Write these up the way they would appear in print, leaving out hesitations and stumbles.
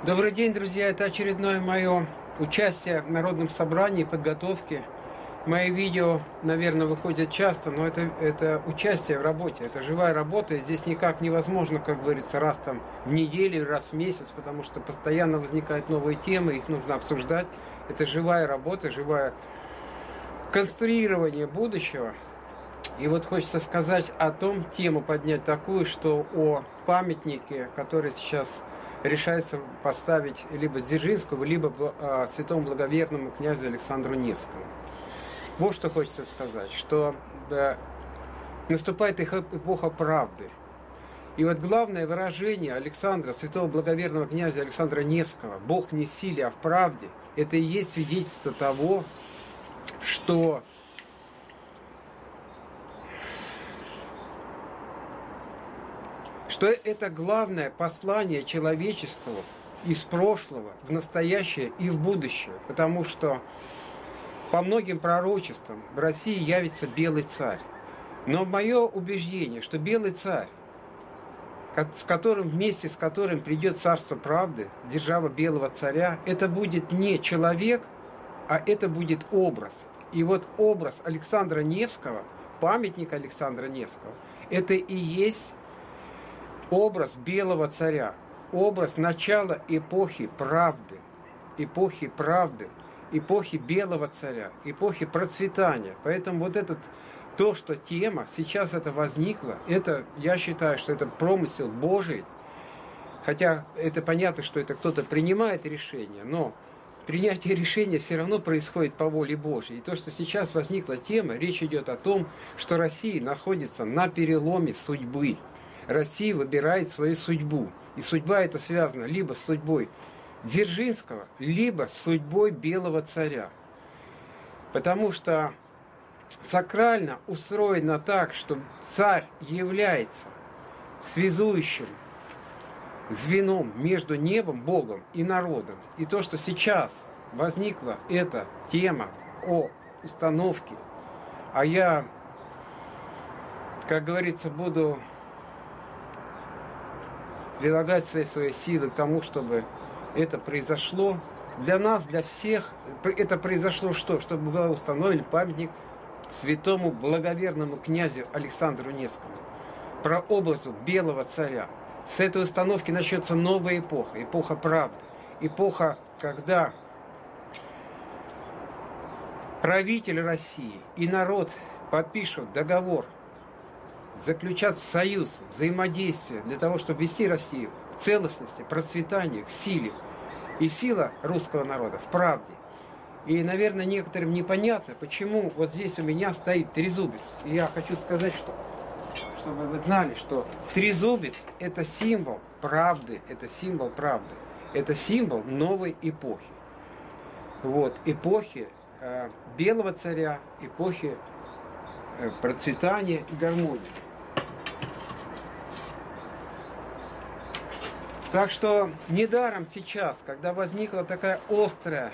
Добрый день, друзья! Это очередное мое участие в народном собрании, подготовке. Мои видео, наверное, выходят часто, но это участие в работе, это живая работа. И здесь никак невозможно, как говорится, раз там в неделю, раз в месяц, потому что постоянно возникают новые темы, их нужно обсуждать. Это живая работа, живое конструирование будущего. И вот хочется сказать о том, тему поднять такую, что о памятнике, который сейчас решается поставить либо Дзержинскому, либо святому благоверному князю Александру Невскому. Вот что хочется сказать, что наступает эпоха правды. И вот главное выражение Александра, святого благоверного князя Александра Невского, «Бог не в силе, а в правде», это и есть свидетельство того, что это главное послание человечеству из прошлого в настоящее и в будущее. Потому что по многим пророчествам в России явится белый царь. Но мое убеждение, что белый царь, вместе с которым придет царство правды, держава белого царя, это будет не человек, а это будет образ. И вот образ Александра Невского, памятник Александра Невского, это и есть образ белого царя, образ начала эпохи правды, эпохи белого царя, эпохи процветания. Поэтому вот то, что тема сейчас это возникла, это, я считаю, что это промысел Божий. Хотя это понятно, что это кто-то принимает решение, но принятие решения все равно происходит по воле Божьей. И то, что сейчас возникла тема, речь идет о том, что Россия находится на переломе судьбы. Россия выбирает свою судьбу. И судьба эта связана либо с судьбой Дзержинского, либо с судьбой белого царя. Потому что сакрально устроено так, что царь является связующим звеном между небом, Богом и народом. И то, что сейчас возникла эта тема о установке, а я, как говорится, буду прилагать свои силы к тому, чтобы это произошло. Для нас, для всех, это произошло что? Чтобы был установлен памятник святому благоверному князю Александру Невскому, прообразу белого царя. С этой установки начнется новая эпоха, эпоха правды. Эпоха, когда правитель России и народ подпишут договор, заключат союз, взаимодействие для того, чтобы вести Россию в целостности, процветании, в силе. И сила русского народа в правде. И, наверное, некоторым непонятно, почему вот здесь у меня стоит трезубец. И я хочу сказать, чтобы вы знали, что трезубец – это символ правды, это символ правды. Это символ новой эпохи. Вот, эпохи белого царя, эпохи процветания и гармонии. Так что недаром сейчас, когда возникла такая острая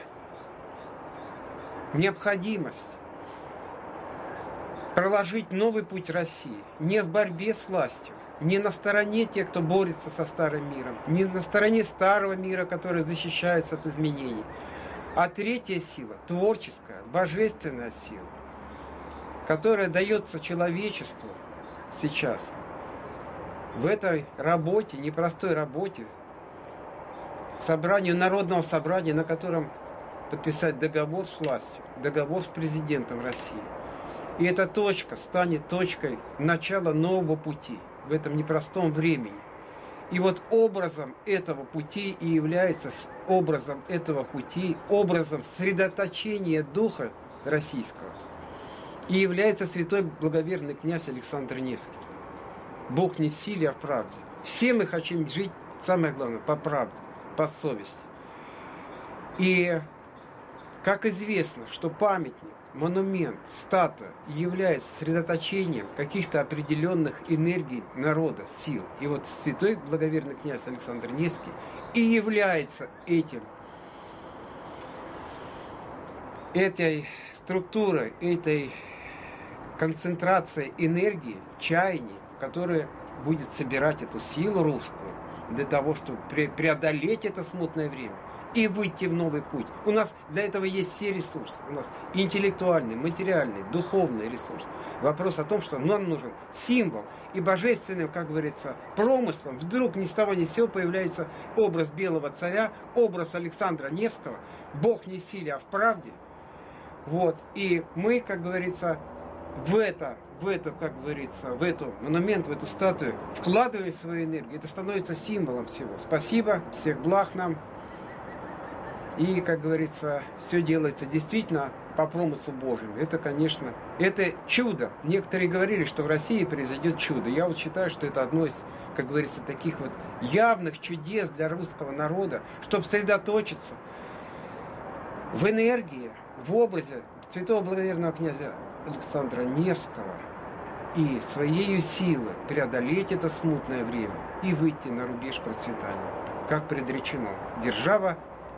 необходимость проложить новый путь России, не в борьбе с властью, не на стороне тех, кто борется со старым миром, не на стороне старого мира, который защищается от изменений, а третья сила, творческая, божественная сила, которая дается человечеству сейчас, в этой работе, непростой работе, народного собрания, на котором подписать договор с властью, договор с президентом России. И эта точка станет точкой начала нового пути в этом непростом времени. И вот образом этого пути и является образом средоточения духа российского. И является святой благоверный князь Александр Невский. Бог не в силе, а в правде. Все мы хотим жить, самое главное, по правде, по совести. И как известно, что памятник, монумент, статуя является средоточением каких-то определенных энергий народа, сил. И вот святой благоверный князь Александр Невский и является этой структурой, этой концентрацией энергии, чаяний, которая будет собирать эту силу русскую для того, чтобы преодолеть это смутное время и выйти в новый путь. У нас для этого есть все ресурсы. У нас интеллектуальный, материальный, духовный ресурс. Вопрос о том, что нам нужен символ. И божественным, как говорится, промыслом вдруг ни с того ни с сего появляется образ белого царя, образ Александра Невского. Бог не в силе, а в правде. Вот. И мы, как говорится, в эту, как говорится, в эту монумент, в эту статую вкладываем свою энергию. Это становится символом всего. Спасибо, всех благ нам. И, как говорится, все делается действительно по промыслу Божьему. Это, конечно, это чудо. Некоторые говорили, что в России произойдет чудо. Я вот считаю, что это одно из, как говорится, таких вот явных чудес для русского народа, чтобы сосредоточиться в энергии, в образе святого благоверного князя Александра Невского и своей силы преодолеть это смутное время и выйти на рубеж процветания, как предречено. Держава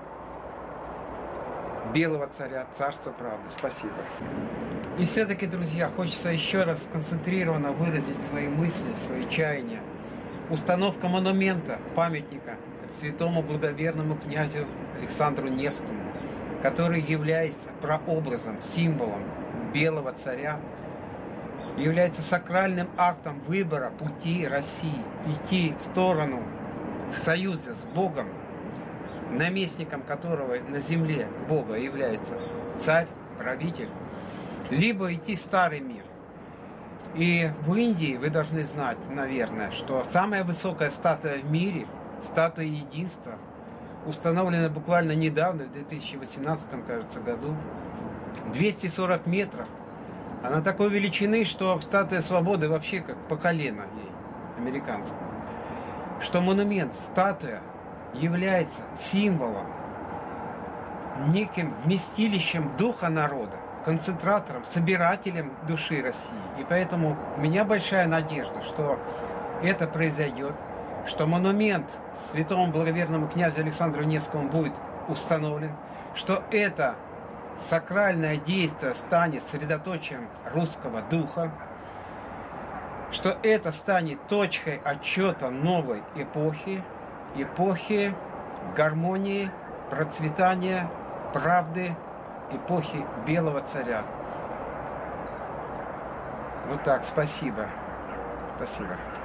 белого царя, царства правды. Спасибо. И все-таки, друзья, хочется еще раз сконцентрированно выразить свои мысли, свои чаяния. Установка монумента, памятника святому благоверному князю Александру Невскому, который является прообразом, символом белого царя, является сакральным актом выбора пути России, идти в сторону союза с Богом, наместником которого на земле Бога является царь, правитель, либо идти в старый мир. И в Индии вы должны знать, наверное, что самая высокая статуя в мире, статуя единства, установлена буквально недавно, в 2018, кажется, году, 240 метров. Она такой величины, что статуя свободы вообще как по колено ей, американская. Что монумент, статуя является символом, неким вместилищем духа народа, концентратором, собирателем души России. И поэтому у меня большая надежда, что это произойдет, что монумент святому благоверному князю Александру Невскому будет установлен, что это сакральное действие станет средоточием русского духа, что это станет точкой отсчета новой эпохи, эпохи гармонии, процветания, правды, эпохи белого царя. Вот так, спасибо. Спасибо.